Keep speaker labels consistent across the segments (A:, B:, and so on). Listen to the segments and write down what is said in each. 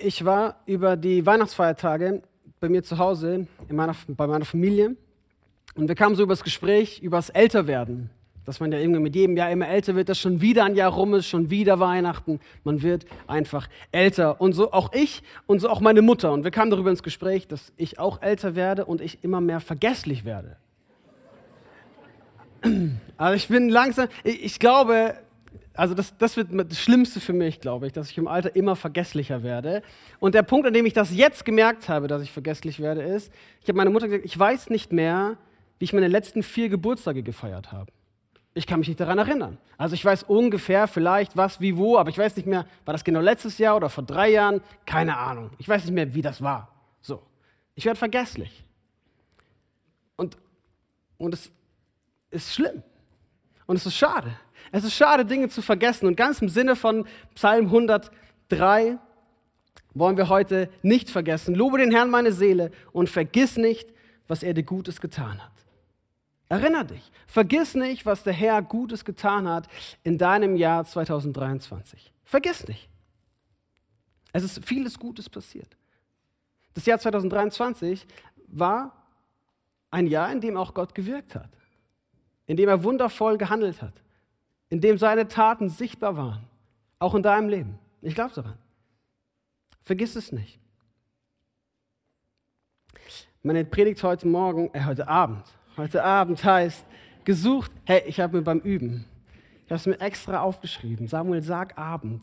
A: Ich war über die Weihnachtsfeiertage bei mir zu Hause, bei meiner Familie, und wir kamen so über das Gespräch, über das Älterwerden, dass man ja irgendwie mit jedem Jahr immer älter wird, dass schon wieder ein Jahr rum ist, schon wieder Weihnachten, man wird einfach älter. Und so auch ich und so auch meine Mutter. Und wir kamen darüber ins Gespräch, dass ich auch älter werde und ich immer mehr vergesslich werde. Also ich bin langsam, ich glaube, also das wird das Schlimmste für mich, glaube ich, dass ich im Alter immer vergesslicher werde. Und der Punkt, an dem ich das jetzt gemerkt habe, dass ich vergesslich werde, ist, ich habe meiner Mutter gesagt, ich weiß nicht mehr, wie ich meine letzten 4 Geburtstage gefeiert habe. Ich kann mich nicht daran erinnern. Also ich weiß ungefähr vielleicht was, wie, wo, aber ich weiß nicht mehr, war das genau letztes Jahr oder vor 3 Jahren? Keine Ahnung. Ich weiß nicht mehr, wie das war. So. Ich werde vergesslich. Und es ist schlimm. Und es ist schade. Es ist schade, Dinge zu vergessen. Und ganz im Sinne von Psalm 103 wollen wir heute nicht vergessen. Lobe den Herrn, meine Seele, und vergiss nicht, was er dir Gutes getan hat. Erinnere dich. Vergiss nicht, was der Herr Gutes getan hat in deinem Jahr 2023. Vergiss nicht. Es ist vieles Gutes passiert. Das Jahr 2023 war ein Jahr, in dem auch Gott gewirkt hat. In dem er wundervoll gehandelt hat. In dem seine Taten sichtbar waren. Auch in deinem Leben. Ich glaube daran. Vergiss es nicht. Meine Predigt heute Abend heißt, gesucht, hey, ich habe mir beim Üben, ich habe es mir extra aufgeschrieben. Samuel, sag Abend.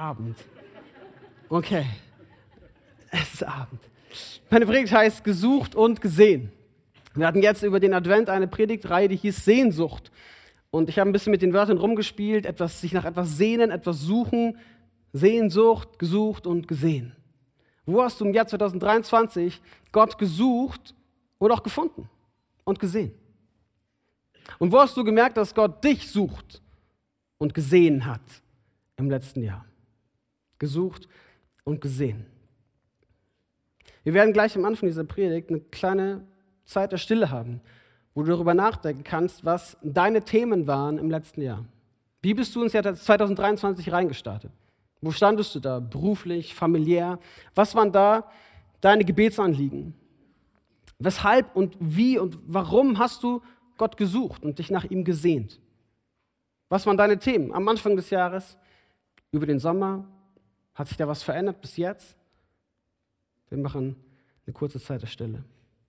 A: Okay, es ist Abend. Meine Predigt heißt, gesucht und gesehen. Wir hatten jetzt über den Advent eine Predigtreihe, die hieß Sehnsucht. Und ich habe ein bisschen mit den Wörtern rumgespielt, sich nach etwas sehnen, etwas suchen, Sehnsucht, gesucht und gesehen. Wo hast du im Jahr 2023 Gott gesucht oder auch gefunden und gesehen? Und wo hast du gemerkt, dass Gott dich sucht und gesehen hat im letzten Jahr? Gesucht und gesehen. Wir werden gleich am Anfang dieser Predigt eine kleine Zeit der Stille haben, wo du darüber nachdenken kannst, was deine Themen waren im letzten Jahr. Wie bist du ins Jahr 2023 reingestartet? Wo standest du da, beruflich, familiär? Was waren da deine Gebetsanliegen? Weshalb und wie und warum hast du Gott gesucht und dich nach ihm gesehnt? Was waren deine Themen am Anfang des Jahres, über den Sommer? Hat sich da was verändert bis jetzt? Wir machen eine kurze Zeit der Stille.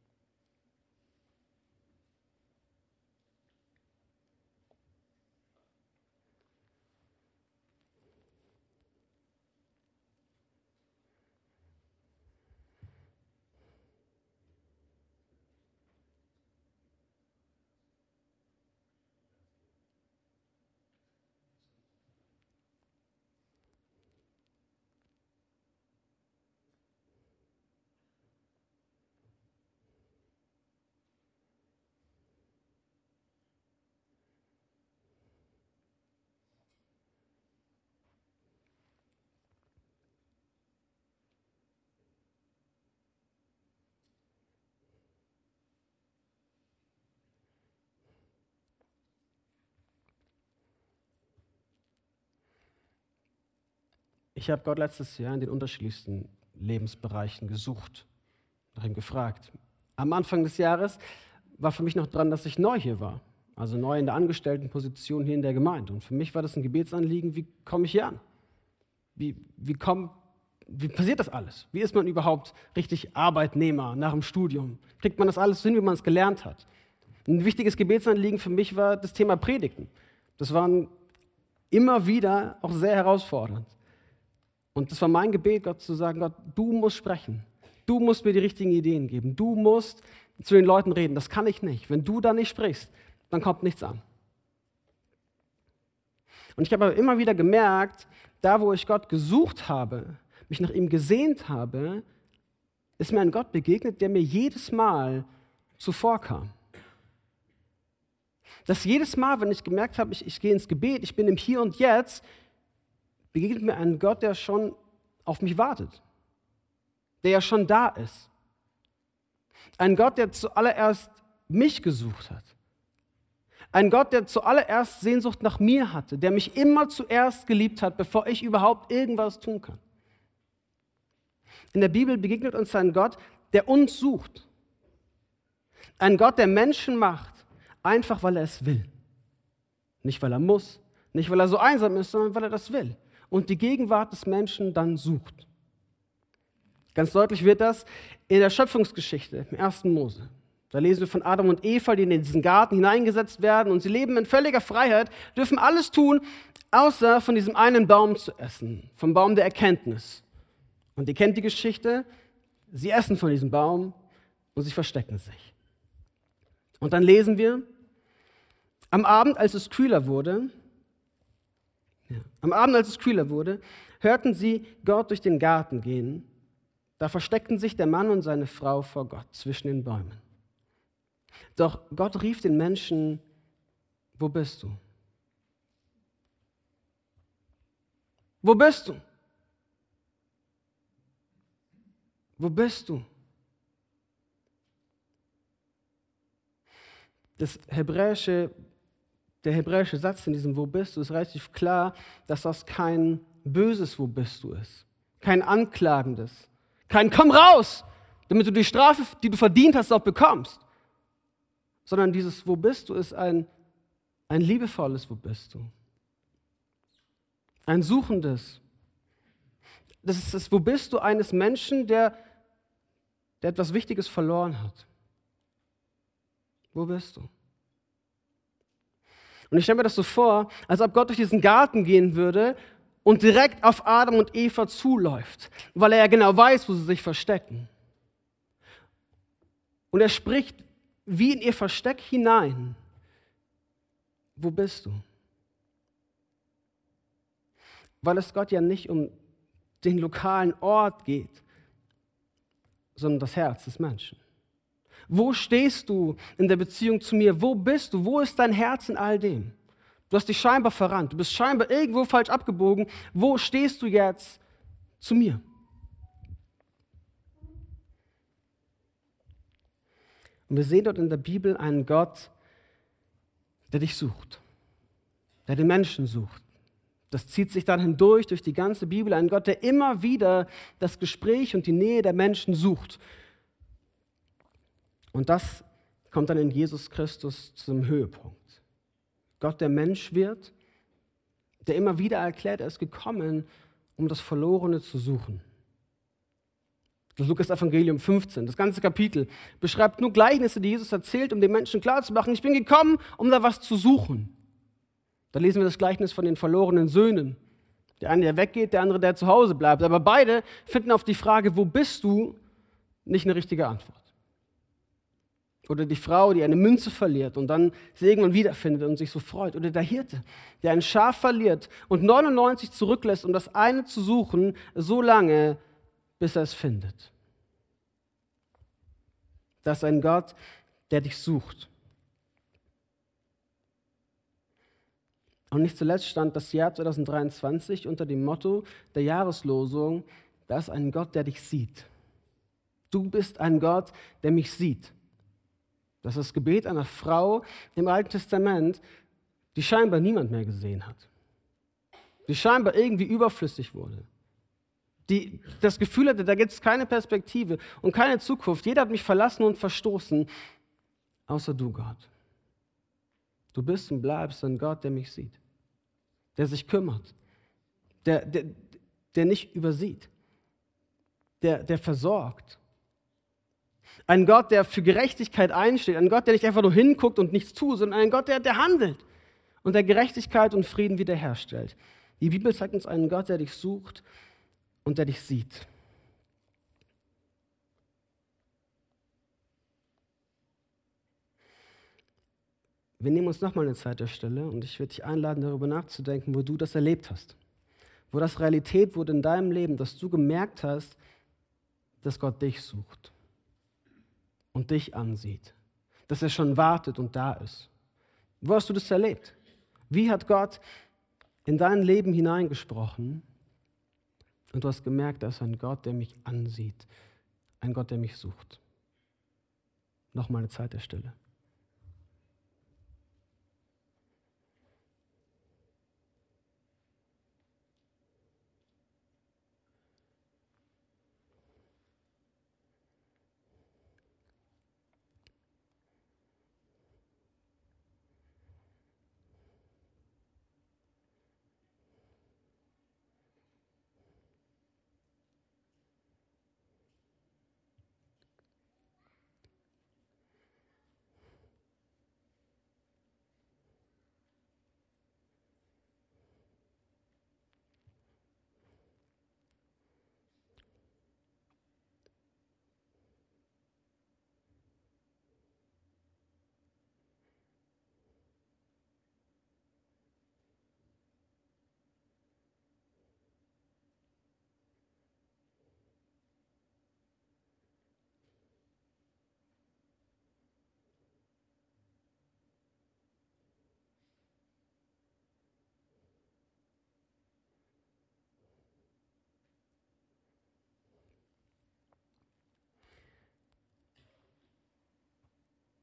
A: Ich habe Gott letztes Jahr in den unterschiedlichsten Lebensbereichen gesucht, nach ihm gefragt. Am Anfang des Jahres war für mich noch dran, dass ich neu hier war, also neu in der Angestelltenposition hier in der Gemeinde. Und für mich war das ein Gebetsanliegen, wie komme ich hier an? Wie passiert das alles? Wie ist man überhaupt richtig Arbeitnehmer nach dem Studium? Kriegt man das alles hin, wie man es gelernt hat? Ein wichtiges Gebetsanliegen für mich war das Thema Predigten. Das war immer wieder auch sehr herausfordernd. Und das war mein Gebet, Gott zu sagen, Gott, du musst sprechen. Du musst mir die richtigen Ideen geben. Du musst zu den Leuten reden. Das kann ich nicht. Wenn du da nicht sprichst, dann kommt nichts an. Und ich habe aber immer wieder gemerkt, da wo ich Gott gesucht habe, mich nach ihm gesehnt habe, ist mir ein Gott begegnet, der mir jedes Mal zuvorkam. Dass jedes Mal, wenn ich gemerkt habe, ich gehe ins Gebet, ich bin im Hier und Jetzt, begegnet mir ein Gott, der schon auf mich wartet, der ja schon da ist. Ein Gott, der zuallererst mich gesucht hat. Ein Gott, der zuallererst Sehnsucht nach mir hatte, der mich immer zuerst geliebt hat, bevor ich überhaupt irgendwas tun kann. In der Bibel begegnet uns ein Gott, der uns sucht. Ein Gott, der Menschen macht, einfach weil er es will. Nicht, weil er muss, nicht, weil er so einsam ist, sondern weil er das will. Und die Gegenwart des Menschen dann sucht. Ganz deutlich wird das in der Schöpfungsgeschichte, im 1. Mose. Da lesen wir von Adam und Eva, die in diesen Garten hineingesetzt werden und sie leben in völliger Freiheit, dürfen alles tun, außer von diesem einen Baum zu essen, vom Baum der Erkenntnis. Und ihr kennt die Geschichte, sie essen von diesem Baum und sie verstecken sich. Und dann lesen wir, am Abend, als es kühler wurde, hörten sie Gott durch den Garten gehen. Da versteckten sich der Mann und seine Frau vor Gott zwischen den Bäumen. Doch Gott rief den Menschen, wo bist du? Wo bist du? Wo bist du? Der hebräische Satz in diesem Wo bist du ist relativ klar, dass das kein böses Wo bist du ist, kein anklagendes, kein Komm raus, damit du die Strafe, die du verdient hast, auch bekommst, sondern dieses Wo bist du ist ein liebevolles Wo bist du, ein suchendes. Das ist das Wo bist du eines Menschen, der etwas Wichtiges verloren hat. Wo bist du? Und ich stelle mir das so vor, als ob Gott durch diesen Garten gehen würde und direkt auf Adam und Eva zuläuft, weil er ja genau weiß, wo sie sich verstecken. Und er spricht wie in ihr Versteck hinein. Wo bist du? Weil es Gott ja nicht um den lokalen Ort geht, sondern das Herz des Menschen. Wo stehst du in der Beziehung zu mir? Wo bist du? Wo ist dein Herz in all dem? Du hast dich scheinbar verrannt. Du bist scheinbar irgendwo falsch abgebogen. Wo stehst du jetzt zu mir? Und wir sehen dort in der Bibel einen Gott, der dich sucht, der den Menschen sucht. Das zieht sich dann hindurch durch die ganze Bibel. Ein Gott, der immer wieder das Gespräch und die Nähe der Menschen sucht. Und das kommt dann in Jesus Christus zum Höhepunkt. Gott, der Mensch wird, der immer wieder erklärt, er ist gekommen, um das Verlorene zu suchen. Das Lukas-Evangelium 15, das ganze Kapitel, beschreibt nur Gleichnisse, die Jesus erzählt, um den Menschen klarzumachen, ich bin gekommen, um da was zu suchen. Da lesen wir das Gleichnis von den verlorenen Söhnen. Der eine, der weggeht, der andere, der zu Hause bleibt. Aber beide finden auf die Frage, wo bist du, nicht eine richtige Antwort. Oder die Frau, die eine Münze verliert und dann sie irgendwann wiederfindet und sich so freut. Oder der Hirte, der ein Schaf verliert und 99 zurücklässt, um das eine zu suchen, so lange, bis er es findet. Das ist ein Gott, der dich sucht. Und nicht zuletzt stand das Jahr 2023 unter dem Motto der Jahreslosung, da ist ein Gott, der dich sieht. Du bist ein Gott, der mich sieht. Das ist das Gebet einer Frau im Alten Testament, die scheinbar niemand mehr gesehen hat. Die scheinbar irgendwie überflüssig wurde. Die das Gefühl hatte, da gibt es keine Perspektive und keine Zukunft. Jeder hat mich verlassen und verstoßen, außer du, Gott. Du bist und bleibst ein Gott, der mich sieht, der sich kümmert, der nicht übersieht, der versorgt. Ein Gott, der für Gerechtigkeit einsteht, ein Gott, der nicht einfach nur hinguckt und nichts tut, sondern ein Gott, der handelt und der Gerechtigkeit und Frieden wiederherstellt. Die Bibel zeigt uns einen Gott, der dich sucht und der dich sieht. Wir nehmen uns nochmal eine Zeit der Stille und ich würde dich einladen, darüber nachzudenken, wo du das erlebt hast. Wo das Realität wurde in deinem Leben, dass du gemerkt hast, dass Gott dich sucht und dich ansieht. Dass er schon wartet und da ist. Wo hast du das erlebt? Wie hat Gott in dein Leben hineingesprochen und du hast gemerkt, da ist ein Gott, der mich ansieht. Ein Gott, der mich sucht. Nochmal eine Zeit der Stille.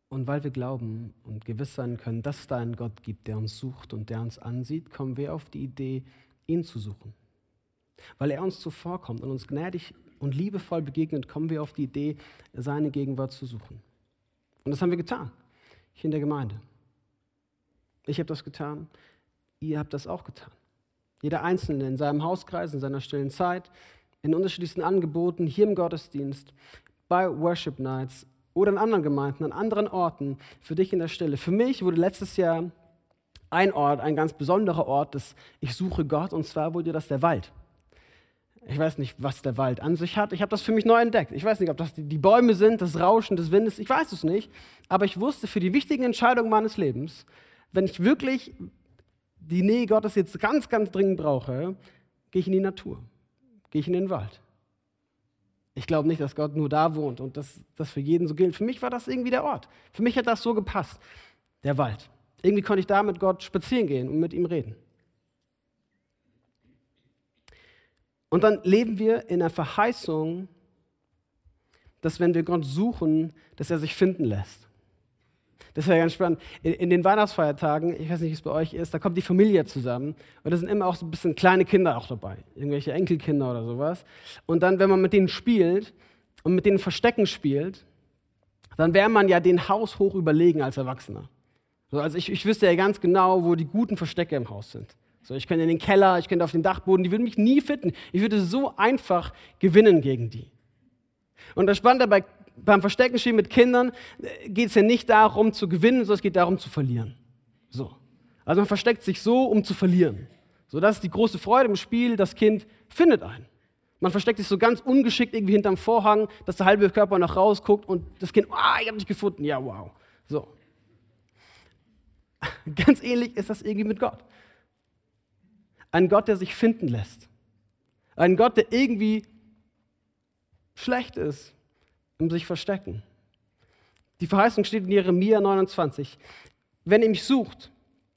A: Und weil wir glauben und gewiss sein können, dass es da einen Gott gibt, der uns sucht und der uns ansieht, kommen wir auf die Idee, ihn zu suchen. Weil er uns zuvorkommt und uns gnädig und liebevoll begegnet, kommen wir auf die Idee, seine Gegenwart zu suchen. Und das haben wir getan, hier in der Gemeinde. Ich habe das getan, ihr habt das auch getan. Jeder Einzelne in seinem Hauskreis, in seiner stillen Zeit, in unterschiedlichsten Angeboten, hier im Gottesdienst, bei Worship Nights oder in anderen Gemeinden, an anderen Orten, für dich in der Stille. Für mich wurde letztes Jahr ein Ort, ein ganz besonderer Ort, dass ich suche Gott, und zwar wurde das der Wald. Ich weiß nicht, was der Wald an sich hat. Ich habe das für mich neu entdeckt. Ich weiß nicht, ob das die Bäume sind, das Rauschen des Windes. Ich weiß es nicht. Aber ich wusste, für die wichtigen Entscheidungen meines Lebens, wenn ich wirklich die Nähe Gottes jetzt ganz, ganz dringend brauche, gehe ich in die Natur, gehe ich in den Wald. Ich glaube nicht, dass Gott nur da wohnt und dass das für jeden so gilt. Für mich war das irgendwie der Ort. Für mich hat das so gepasst, der Wald. Irgendwie konnte ich da mit Gott spazieren gehen und mit ihm reden. Und dann leben wir in der Verheißung, dass wenn wir Gott suchen, dass er sich finden lässt. Das ist ja ganz spannend. In den Weihnachtsfeiertagen, ich weiß nicht, wie es bei euch ist, da kommt die Familie zusammen und da sind immer auch so ein bisschen kleine Kinder auch dabei, irgendwelche Enkelkinder oder sowas. Und dann, wenn man mit denen spielt und mit denen Verstecken spielt, dann wäre man ja den haushoch überlegen als Erwachsener. So, also ich wüsste ja ganz genau, wo die guten Verstecke im Haus sind. So, ich könnte in den Keller, ich könnte auf den Dachboden, die würden mich nie finden. Ich würde so einfach gewinnen gegen die. Und das Spannende beim Versteckenspielen mit Kindern geht es ja nicht darum zu gewinnen, sondern es geht darum zu verlieren. So. Also man versteckt sich so, um zu verlieren. So, das ist die große Freude im Spiel, das Kind findet einen. Man versteckt sich so ganz ungeschickt irgendwie hinterm Vorhang, dass der halbe Körper noch rausguckt und das Kind, ich habe dich gefunden, ja wow. So. Ganz ähnlich ist das irgendwie mit Gott. Ein Gott, der sich finden lässt. Ein Gott, der irgendwie schlecht ist im sich verstecken. Die Verheißung steht in Jeremia 29. Wenn ihr mich sucht,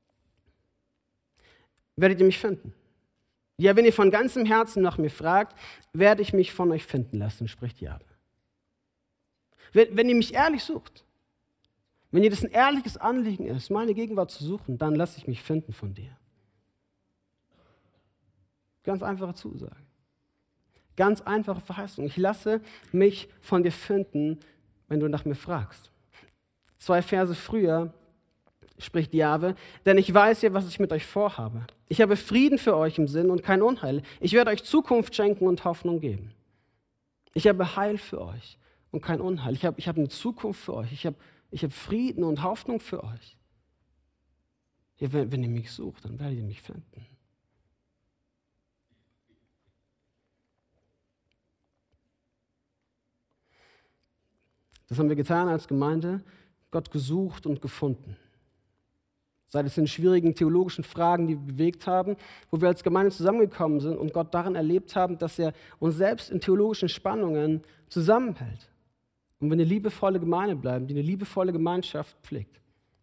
A: werdet ihr mich finden. Ja, wenn ihr von ganzem Herzen nach mir fragt, werde ich mich von euch finden lassen, spricht Jahwe. Wenn ihr mich ehrlich sucht, wenn ihr das ein ehrliches Anliegen ist, meine Gegenwart zu suchen, dann lasse ich mich finden von dir. Ganz einfache Zusage. Ganz einfache Verheißung. Ich lasse mich von dir finden, wenn du nach mir fragst. 2 Verse früher spricht Jahwe, denn ich weiß ja, was ich mit euch vorhabe. Ich habe Frieden für euch im Sinn und kein Unheil. Ich werde euch Zukunft schenken und Hoffnung geben. Ich habe Heil für euch und kein Unheil. Ich habe eine Zukunft für euch. Ich habe Frieden und Hoffnung für euch. Ja, wenn ihr mich sucht, dann werdet ihr mich finden. Das haben wir getan als Gemeinde, Gott gesucht und gefunden. Sei es in schwierigen theologischen Fragen, die wir bewegt haben, wo wir als Gemeinde zusammengekommen sind und Gott darin erlebt haben, dass er uns selbst in theologischen Spannungen zusammenhält. Und wir eine liebevolle Gemeinde bleiben, die eine liebevolle Gemeinschaft pflegt.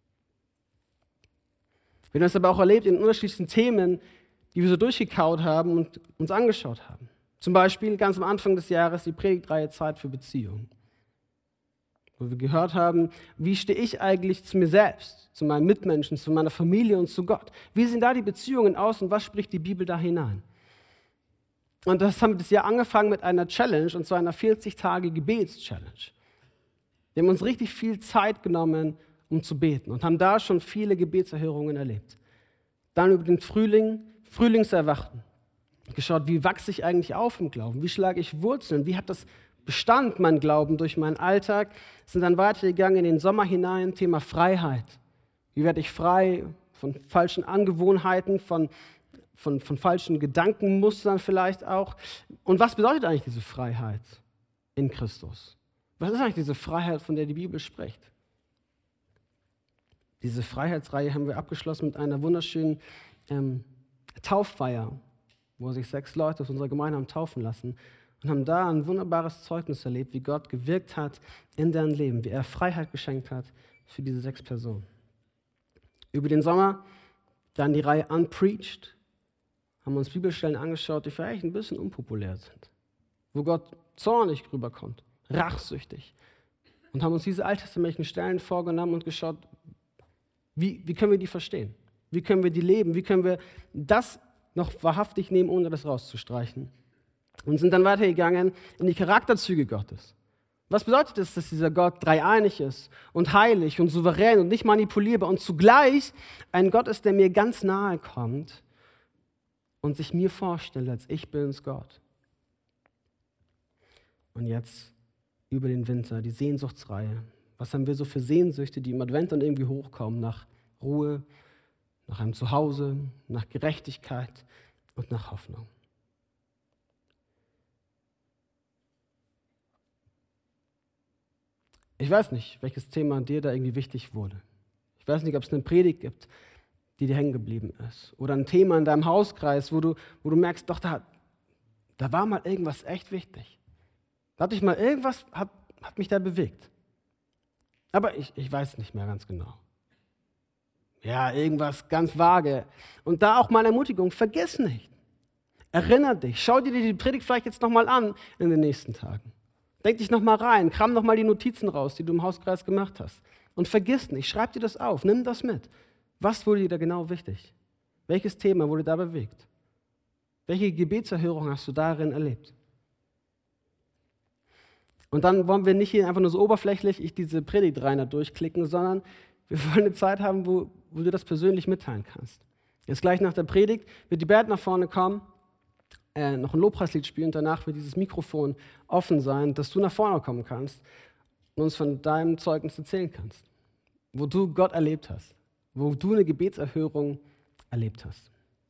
A: Wir haben das aber auch erlebt in unterschiedlichen Themen, die wir so durchgekaut haben und uns angeschaut haben. Zum Beispiel ganz am Anfang des Jahres die Predigtreihe Zeit für Beziehungen, wo wir gehört haben, wie stehe ich eigentlich zu mir selbst, zu meinen Mitmenschen, zu meiner Familie und zu Gott? Wie sehen da die Beziehungen aus und was spricht die Bibel da hinein? Und das haben wir das Jahr angefangen mit einer Challenge, und zwar einer 40-Tage-Gebets-Challenge. Wir haben uns richtig viel Zeit genommen, um zu beten und haben da schon viele Gebetserhörungen erlebt. Dann über den Frühlingserwachen geschaut, wie wachse ich eigentlich auf im Glauben? Wie schlage ich Wurzeln? Wie hat das Bestand, mein Glauben, durch meinen Alltag? Sind dann weitergegangen in den Sommer hinein, Thema Freiheit. Wie werde ich frei von falschen Angewohnheiten, von falschen Gedankenmustern vielleicht auch? Und was bedeutet eigentlich diese Freiheit in Christus? Was ist eigentlich diese Freiheit, von der die Bibel spricht? Diese Freiheitsreihe haben wir abgeschlossen mit einer wunderschönen Tauffeier, wo sich 6 Leute aus unserer Gemeinde haben taufen lassen und haben da ein wunderbares Zeugnis erlebt, wie Gott gewirkt hat in deren Leben, wie er Freiheit geschenkt hat für diese 6 Personen. Über den Sommer dann die Reihe Unpreached, haben wir uns Bibelstellen angeschaut, die vielleicht ein bisschen unpopulär sind, wo Gott zornig rüberkommt, rachsüchtig, und haben uns diese alttestamentlichen Stellen vorgenommen und geschaut, wie können wir die verstehen? Wie können wir die leben? Wie können wir das noch wahrhaftig nehmen, ohne das rauszustreichen? Und sind dann weitergegangen in die Charakterzüge Gottes. Was bedeutet es, dass dieser Gott dreieinig ist und heilig und souverän und nicht manipulierbar und zugleich ein Gott ist, der mir ganz nahe kommt und sich mir vorstellt, als ich bin's Gott? Und jetzt über den Winter, die Sehnsuchtsreihe. Was haben wir so für Sehnsüchte, die im Advent dann irgendwie hochkommen? Nach Ruhe, nach einem Zuhause, nach Gerechtigkeit und nach Hoffnung. Ich weiß nicht, welches Thema dir da irgendwie wichtig wurde. Ich weiß nicht, ob es eine Predigt gibt, die dir hängen geblieben ist. Oder ein Thema in deinem Hauskreis, wo du merkst, doch, da war mal irgendwas echt wichtig. Da hatte ich mal irgendwas, hat mich da bewegt. Aber ich weiß nicht mehr ganz genau. Ja, irgendwas ganz vage. Und da auch mal Ermutigung, vergiss nicht. Erinner dich, schau dir die Predigt vielleicht jetzt nochmal an in den nächsten Tagen. Denk dich nochmal rein, kram nochmal die Notizen raus, die du im Hauskreis gemacht hast. Und vergiss nicht, schreib dir das auf, nimm das mit. Was wurde dir da genau wichtig? Welches Thema wurde da bewegt? Welche Gebetserhörung hast du darin erlebt? Und dann wollen wir nicht hier einfach nur so oberflächlich diese Predigtreiner durchklicken, sondern wir wollen eine Zeit haben, wo du das persönlich mitteilen kannst. Jetzt gleich nach der Predigt wird die Band nach vorne kommen, noch ein Lobpreislied spielen und danach wird dieses Mikrofon offen sein, dass du nach vorne kommen kannst und uns von deinem Zeugnis erzählen kannst, wo du Gott erlebt hast, wo du eine Gebetserhörung erlebt hast.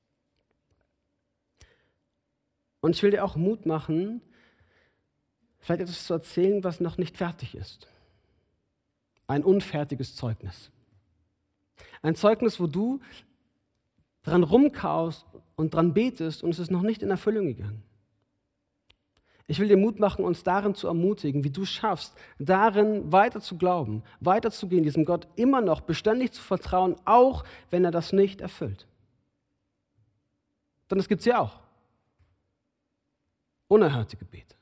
A: Und ich will dir auch Mut machen, vielleicht etwas zu erzählen, was noch nicht fertig ist. Ein unfertiges Zeugnis. Ein Zeugnis, wo du dran rumkaust und dran betest und es ist noch nicht in Erfüllung gegangen. Ich will dir Mut machen, uns darin zu ermutigen, wie du schaffst, darin weiter zu glauben, weiter zu gehen, diesem Gott immer noch beständig zu vertrauen, auch wenn er das nicht erfüllt. Denn das gibt es ja auch. Unerhörte Gebete.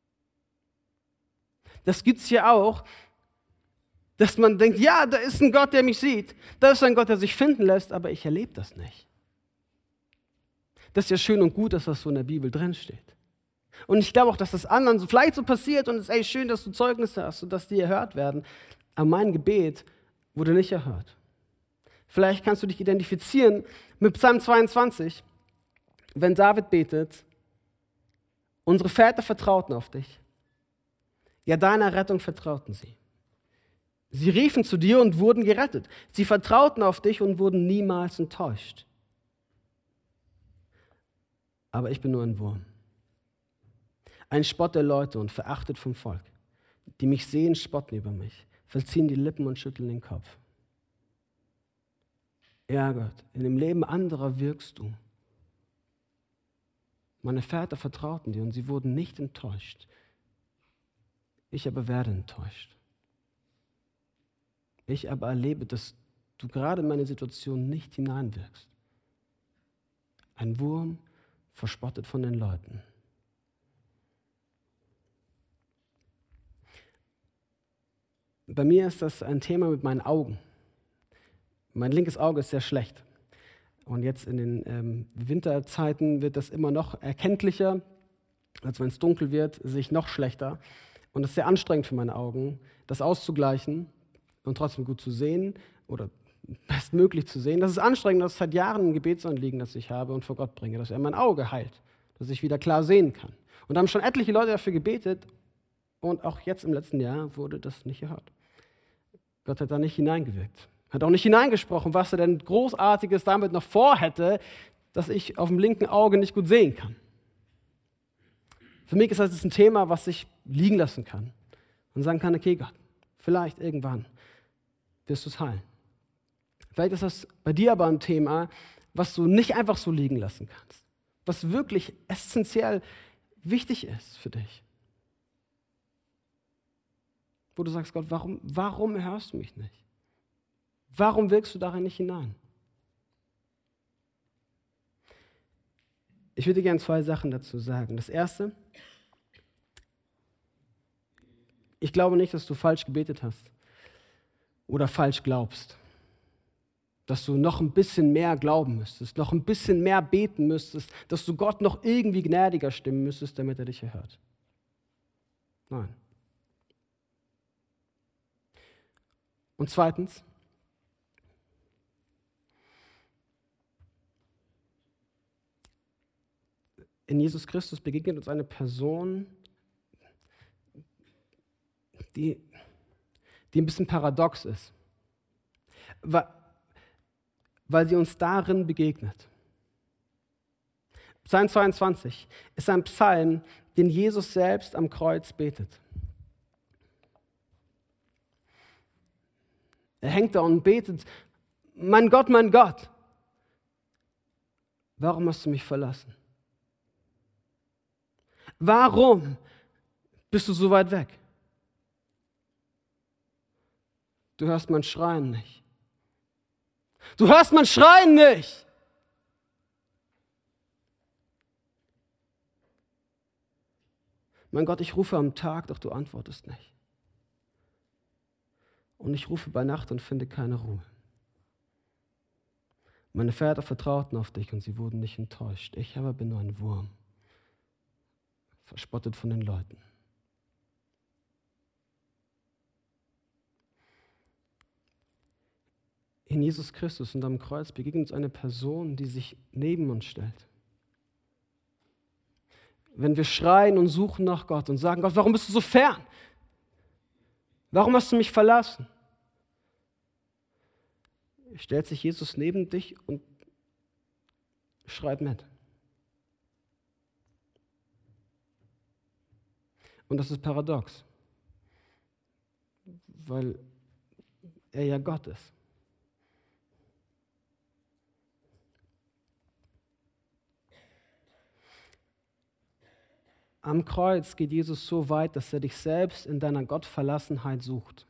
A: Das gibt es ja auch, dass man denkt, ja, da ist ein Gott, der mich sieht. Da ist ein Gott, der sich finden lässt, aber ich erlebe das nicht. Das ist ja schön und gut, dass das so in der Bibel drinsteht. Und ich glaube auch, dass das anderen vielleicht so passiert und es ist schön, dass du Zeugnisse hast und dass die erhört werden. Aber mein Gebet wurde nicht erhört. Vielleicht kannst du dich identifizieren mit Psalm 22, wenn David betet, unsere Väter vertrauten auf dich. Ja, deiner Rettung vertrauten sie. Sie riefen zu dir und wurden gerettet. Sie vertrauten auf dich und wurden niemals enttäuscht. Aber ich bin nur ein Wurm. Ein Spott der Leute und verachtet vom Volk. Die mich sehen, spotten über mich, verziehen die Lippen und schütteln den Kopf. Ja Gott, in dem Leben anderer wirkst du. Meine Väter vertrauten dir und sie wurden nicht enttäuscht. Ich aber werde enttäuscht. Ich aber erlebe, dass du gerade in meine Situation nicht hineinwirkst. Ein Wurm verspottet von den Leuten. Bei mir ist das ein Thema mit meinen Augen. Mein linkes Auge ist sehr schlecht. Und jetzt in den Winterzeiten wird das immer noch erkenntlicher. Also wenn es dunkel wird, sehe ich noch schlechter. Und es ist sehr anstrengend für meine Augen, das auszugleichen und trotzdem gut zu sehen oder bestmöglich zu sehen. Das ist anstrengend, das ist seit Jahren ein Gebetsanliegen, das ich habe und vor Gott bringe, dass er mein Auge heilt, dass ich wieder klar sehen kann. Und da haben schon etliche Leute dafür gebetet und auch jetzt im letzten Jahr wurde das nicht gehört. Gott hat da nicht hineingewirkt. Hat auch nicht hineingesprochen, was er denn Großartiges damit noch vorhätte, dass ich auf dem linken Auge nicht gut sehen kann. Für mich ist das ein Thema, was ich liegen lassen kann und sagen kann, okay Gott, vielleicht irgendwann wirst du es heilen. Vielleicht ist das bei dir aber ein Thema, was du nicht einfach so liegen lassen kannst, was wirklich essentiell wichtig ist für dich. Wo du sagst, Gott, warum hörst du mich nicht? Warum wirkst du darin nicht hinein? Ich würde gerne 2 Sachen dazu sagen. Das erste, Ich glaube nicht, dass du falsch gebetet hast oder falsch glaubst. Dass du noch ein bisschen mehr glauben müsstest, noch ein bisschen mehr beten müsstest, dass du Gott noch irgendwie gnädiger stimmen müsstest, damit er dich erhört. Nein. Und zweitens, in Jesus Christus begegnet uns eine Person, die ein bisschen paradox ist, weil sie uns darin begegnet. Psalm 22 ist ein Psalm, den Jesus selbst am Kreuz betet. Er hängt da und betet, mein Gott, warum hast du mich verlassen? Warum bist du so weit weg? Du hörst mein Schreien nicht. Du hörst mein Schreien nicht. Mein Gott, ich rufe am Tag, doch du antwortest nicht. Und ich rufe bei Nacht und finde keine Ruhe. Meine Väter vertrauten auf dich und sie wurden nicht enttäuscht. Ich aber bin nur ein Wurm, verspottet von den Leuten. In Jesus Christus und am Kreuz begegnet uns eine Person, die sich neben uns stellt. Wenn wir schreien und suchen nach Gott und sagen, Gott, warum bist du so fern? Warum hast du mich verlassen? Stellt sich Jesus neben dich und schreit mit. Und das ist paradox, weil er ja Gott ist. Am Kreuz geht Jesus so weit, dass er dich selbst in deiner Gottverlassenheit sucht.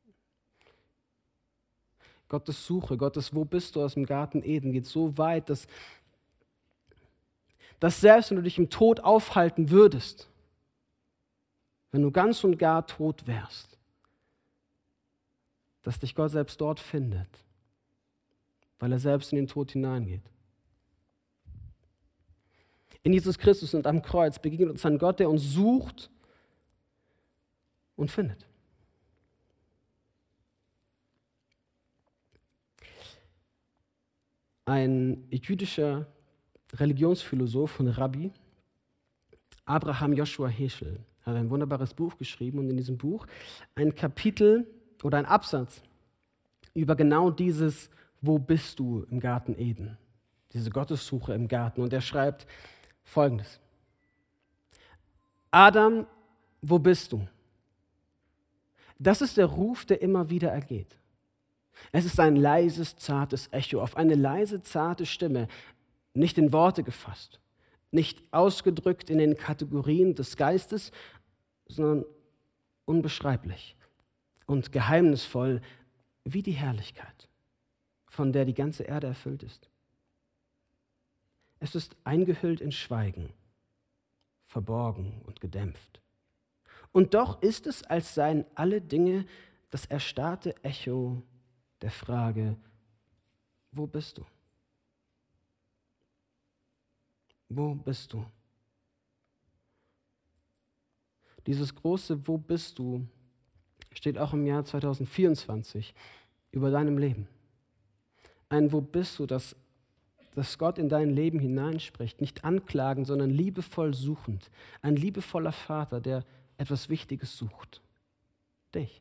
A: Gottes Suche, Gottes Wo bist du aus dem Garten Eden geht so weit, dass selbst wenn du dich im Tod aufhalten würdest, wenn du ganz und gar tot wärst, dass dich Gott selbst dort findet, weil er selbst in den Tod hineingeht. In Jesus Christus und am Kreuz begegnet uns ein Gott, der uns sucht und findet. Ein jüdischer Religionsphilosoph und Rabbi, Abraham Joshua Heschel, hat ein wunderbares Buch geschrieben und in diesem Buch ein Kapitel oder ein Absatz über genau dieses Wo bist du im Garten Eden, diese Gottessuche im Garten. Und er schreibt Folgendes: Adam, wo bist du? Das ist der Ruf, der immer wieder ergeht. Es ist ein leises, zartes Echo auf eine leise, zarte Stimme, nicht in Worte gefasst, nicht ausgedrückt in den Kategorien des Geistes, sondern unbeschreiblich und geheimnisvoll wie die Herrlichkeit, von der die ganze Erde erfüllt ist. Es ist eingehüllt in Schweigen, verborgen und gedämpft. Und doch ist es, als seien alle Dinge das erstarrte Echo der Frage, wo bist du? Wo bist du? Dieses große Wo bist du steht auch im Jahr 2024 über deinem Leben. Ein Wo bist du, das Gott in dein Leben hineinspricht, nicht anklagend, sondern liebevoll suchend. Ein liebevoller Vater, der etwas Wichtiges sucht. Dich.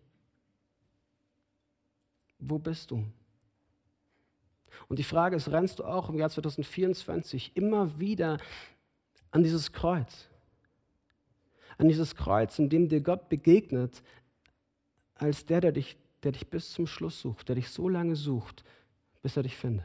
A: Wo bist du? Und die Frage ist, rennst du auch im Jahr 2024 immer wieder an dieses Kreuz? An dieses Kreuz, in dem dir Gott begegnet, als der dich bis zum Schluss sucht, der dich so lange sucht, bis er dich findet.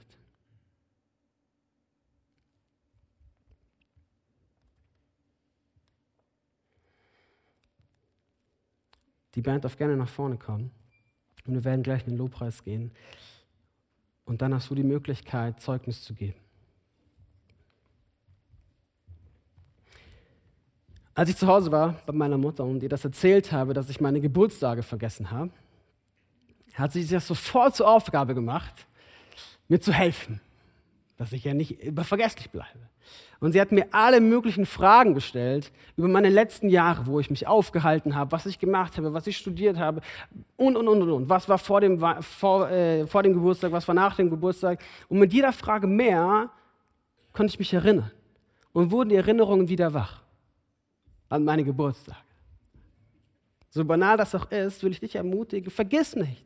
A: Die Band darf gerne nach vorne kommen und wir werden gleich in den Lobpreis gehen. Und dann hast du die Möglichkeit, Zeugnis zu geben. Als ich zu Hause war bei meiner Mutter und ihr das erzählt habe, dass ich meine Geburtstage vergessen habe, hat sie sich das sofort zur Aufgabe gemacht, mir zu helfen, dass ich ja nicht vergesslich bleibe. Und sie hat mir alle möglichen Fragen gestellt über meine letzten Jahre, wo ich mich aufgehalten habe, was ich gemacht habe, was ich studiert habe und. Was war vor dem Geburtstag, was war nach dem Geburtstag. Und mit jeder Frage mehr konnte ich mich erinnern. Und wurden die Erinnerungen wieder wach an meine Geburtstage. So banal das auch ist, will ich dich ermutigen, vergiss nicht.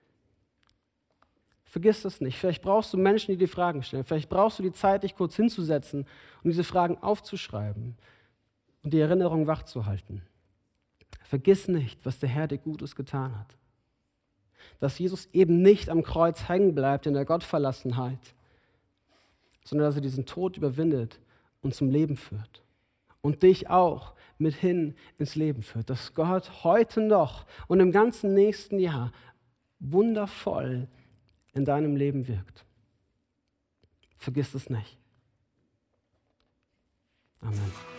A: Vergiss das nicht. Vielleicht brauchst du Menschen, die dir Fragen stellen. Vielleicht brauchst du die Zeit, dich kurz hinzusetzen und diese Fragen aufzuschreiben und die Erinnerung wachzuhalten. Vergiss nicht, was der Herr dir Gutes getan hat. Dass Jesus eben nicht am Kreuz hängen bleibt in der Gottverlassenheit, sondern dass er diesen Tod überwindet und zum Leben führt. Und dich auch mit hin ins Leben führt. Dass Gott heute noch und im ganzen nächsten Jahr wundervoll in deinem Leben wirkt. Vergiss es nicht. Amen.